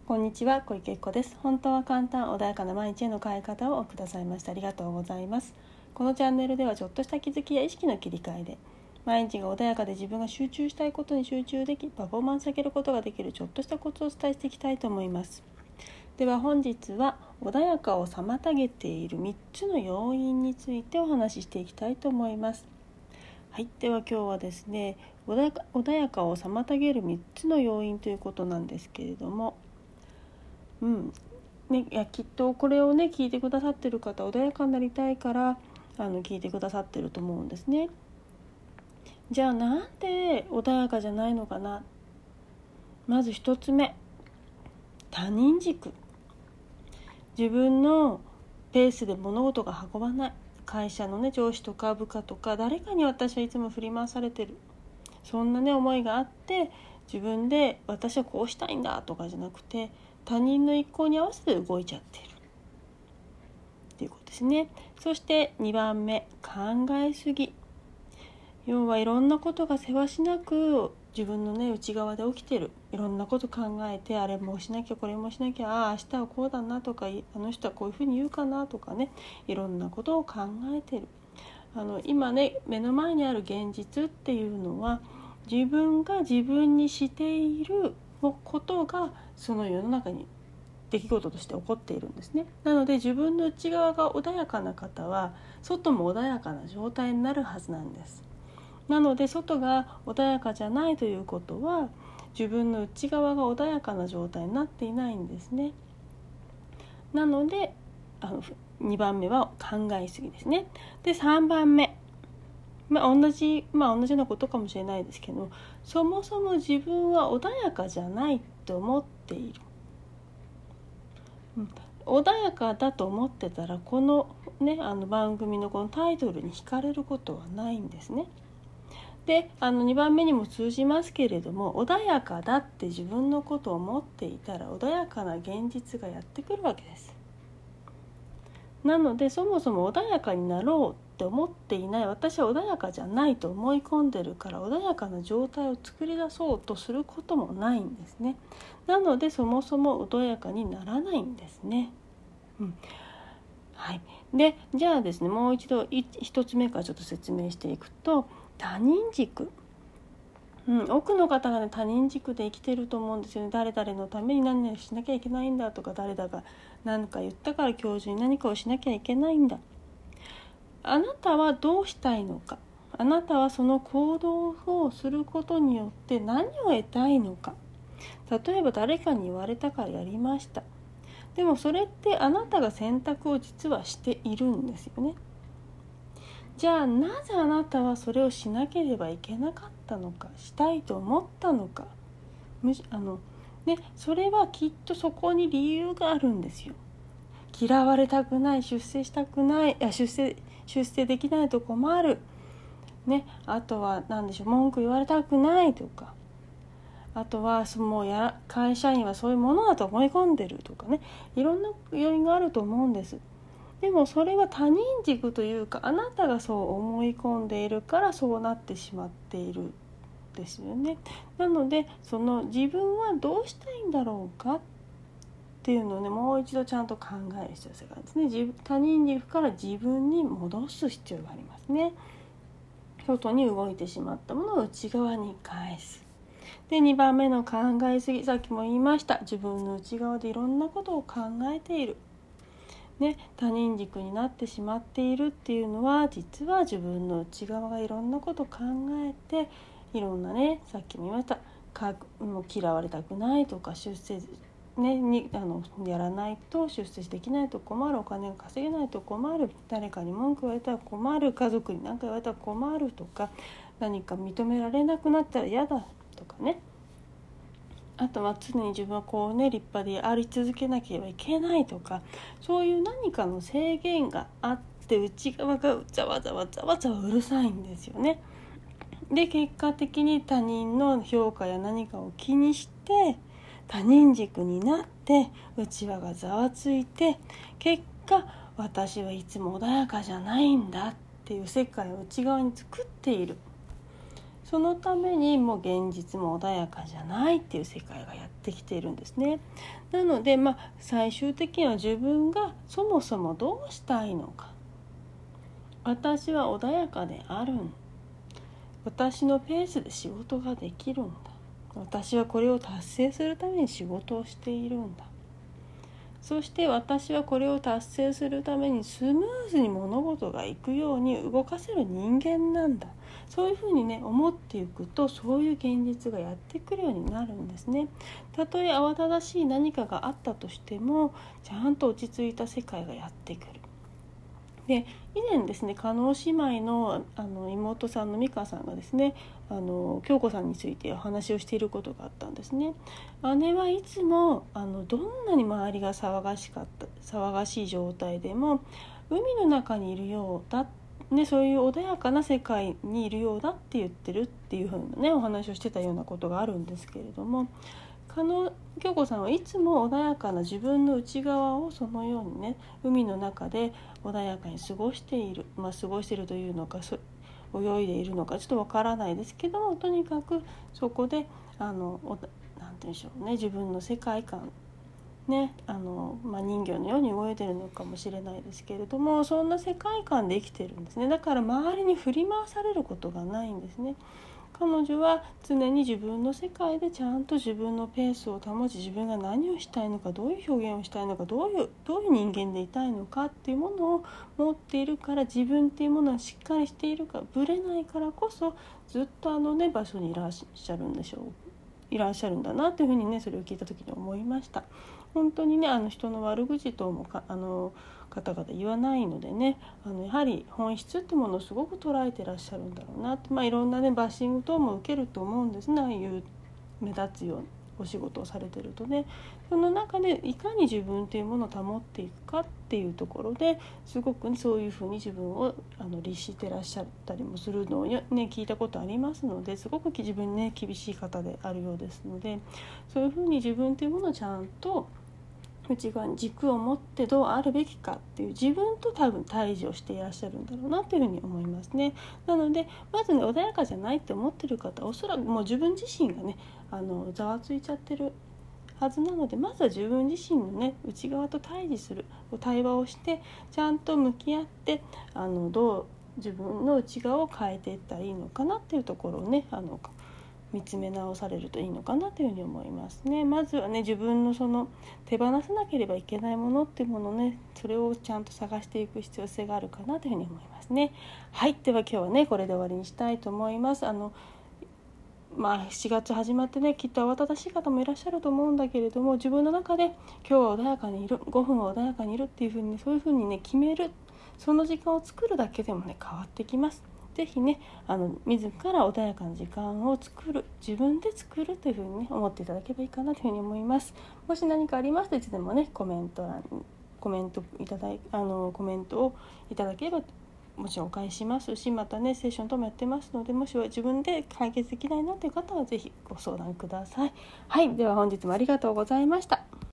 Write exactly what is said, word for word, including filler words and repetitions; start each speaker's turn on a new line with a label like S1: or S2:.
S1: こんにちは、小池子です。本当は簡単、穏やかな毎日への変え方をくださいました。ありがとうございます。このチャンネルではちょっとした気づきや意識の切り替えで毎日が穏やかで自分が集中したいことに集中でき、パフォーマンス上げることができるちょっとしたコツをお伝えしていきたいと思います。では本日は穏やかを妨げているみっつの要因についてお話ししていきたいと思います。はい、では今日はですね、穏やか、穏やかを妨げるみっつの要因ということなんですけれども、うんね、いやきっとこれをね聞いてくださってる方、穏やかになりたいからあの聞いてくださってると思うんですね。じゃあなんで穏やかじゃないのかな。まず一つ目、他人軸。自分のペースで物事が運ばない。会社のね上司とか部下とか誰かに私はいつも振り回されてる、そんなね思いがあって、自分で私はこうしたいんだとかじゃなくて、他人の意向に合わせて動いちゃっているっていうことですね。そしてにばんめ、考えすぎ。要はいろんなことがせわしなく自分のね内側で起きてる。いろんなこと考えて、あれもしなきゃこれもしなきゃ、ああ明日はこうだなとか、あの人はこういうふうに言うかなとかね、いろんなことを考えてる。あの今ね目の前にある現実っていうのは、自分が自分にしていることがその世の中に出来事として起こっているんですね。なので自分の内側が穏やかな方は外も穏やかな状態になるはずなんです。なので外が穏やかじゃないということは、自分の内側が穏やかな状態になっていないんですね。なのであのにばんめは考えすぎですね。でさんばんめ、まあ、同じまあ同じようなことかもしれないですけど、そもそも自分は穏やかじゃないと思っている、うん、穏やかだと思ってたらこのねあの番組のこのタイトルに惹かれることはないんですね。であのにばんめにも通じますけれども、穏やかだって自分のことを思っていたら穏やかな現実がやってくるわけです。なのでそもそも穏やかになろうって思っていない、私は穏やかじゃないと思い込んでるから、穏やかな状態を作り出そうとすることもないんですね。なのでそもそも穏やかにならないんですね。うんはい、でじゃあですね、もう一度一つ目からちょっと説明していくと、他人軸。うん、多くの方が、ね、他人軸で生きてると思うんですよね。誰々のために何々しなきゃいけないんだとか、誰々が何か言ったから今日中に何かをしなきゃいけないんだ。あなたはどうしたいのか、あなたはその行動をすることによって何を得たいのか。例えば誰かに言われたからやりました。でもそれってあなたが選択を実はしているんですよね。じゃあなぜあなたはそれをしなければいけなかったのか、したいと思ったのか。むしあの、ね、それはきっとそこに理由があるんですよ。嫌われたくない、出世したくない、いや出世出世できないと困る、ね、あとは何でしょう、文句言われたくないとか、あとはそのや会社員はそういうものだと思い込んでるとかね、いろんな要因があると思うんです。でもそれは他人軸というか、あなたがそう思い込んでいるからそうなってしまっているですよね。なのでその自分はどうしたいんだろうかっていうのをね、もう一度ちゃんと考える必要性があるんですね。自他人軸から自分に戻す必要がありますね。外に動いてしまったものを内側に返す。でにばんめの考えすぎ、さっきも言いました。自分の内側でいろんなことを考えている、ね、他人軸になってしまっているっていうのは、実は自分の内側がいろんなことを考えて、いろんなね、さっきも言いました、かもう嫌われたくないとか、出世、ね、にあのやらないと出世できないと困る、お金が稼げないと困る、誰かに文句言われたら困る、家族に何か言われたら困るとか、何か認められなくなったら嫌だとかね、あとは常に自分はこうね立派であり続けなければいけないとか、そういう何かの制限があって、内側がざわざわざわざわうるさいんですよね。で結果的に他人の評価や何かを気にして他人軸になって、内輪がざわついて、結果私はいつも穏やかじゃないんだっていう世界を内側に作っている。 そのためにもう現実も穏やかじゃないっていう世界がやってきているんですね。なので、まあ、最終的には自分がそもそもどうしたいのか、私は穏やかであるんだ、私のペースで仕事ができるんだ、私はこれを達成するために仕事をしているんだ、そして私はこれを達成するためにスムーズに物事がいくように動かせる人間なんだ、そういうふうにね思っていくと、そういう現実がやってくるようになるんですね。たとえ慌ただしい何かがあったとしても、ちゃんと落ち着いた世界がやってくる。で以前ですね、加納姉妹 の, あの妹さんの美香さんがですね、あの京子さんについてお話をしていることがあったんですね。姉はいつもあのどんなに周りが騒がしかった騒がしい状態でも海の中にいるようだ、ね、そういう穏やかな世界にいるようだって言ってるっていう風なねお話をしてたようなことがあるんですけれども、加納京子さんはいつも穏やかな自分の内側をそのようにね、海の中で穏やかに過ごしている、まあ、過ごしているというのか泳いでいるのかちょっとわからないですけども、とにかくそこであのなんて言うんでしょうね、自分の世界観ね、あのまあ、人魚のように動いているのかもしれないですけれども、そんな世界観で生きているんですね。だから周りに振り回されることがないんですね。彼女は常に自分の世界でちゃんと自分のペースを保ち、自分が何をしたいのか、どういう表現をしたいのか、どういうどういう人間でいたいのかっていうものを持っているから、自分っていうものはしっかりしているから、ぶれないからこそずっとあのね場所にいらっしゃるんでしょういらっしゃるんだなというふうにね、それを聞いた時に思いました。本当にね、あの人の悪口ともかあの方々言わないのでね、あのやはり本質ってものをすごく捉えてらっしゃるんだろうなって、まあ、いろんなねバッシング等も受けると思うんですね。ああいう目立つようなお仕事をされてるとね、その中でいかに自分というものを保っていくかっていうところですごく、ね、そういうふうに自分をあの律してらっしゃったりもするのを、ね、聞いたことありますので、すごく自分に、ね、厳しい方であるようですので、そういうふうに自分というものをちゃんと内側に軸を持ってどうあるべきかっていう自分と多分対峙をしていらっしゃるんだろうなというふうに思いますね。なのでまずね、穏やかじゃないって思ってる方はおそらくもう自分自身がねあのざわついちゃってるはずなので、まずは自分自身のね内側と対峙する対話をしてちゃんと向き合ってあのどう自分の内側を変えていったらいいのかなっていうところをねあの見つめ直されるといいのかなというふうに思いますね。まずはね、自分のその手放さなければいけないものっていうものね、それをちゃんと探していく必要性があるかなというふうに思いますね。はい、では今日はねこれで終わりにしたいと思います。あのまあ、しがつ始まってね、きっと慌ただしい方もいらっしゃると思うんだけれども、自分の中で今日は穏やかにいる、ごふんは穏やかにいるっていうふうに、そういうふうにね決める、その時間を作るだけでもね変わってきます。ぜひね、あの自ら穏やかな時間を作る、自分で作るというふうに、ね、思っていただければいいかなというふうに思います。もし何かありましたらいつでもねコメント欄にコメントいただいあのコメントをいただければもちろんお返ししますし、またねセッションともやってますので、もしは自分で解決できないなという方はぜひご相談ください。はい、では本日もありがとうございました。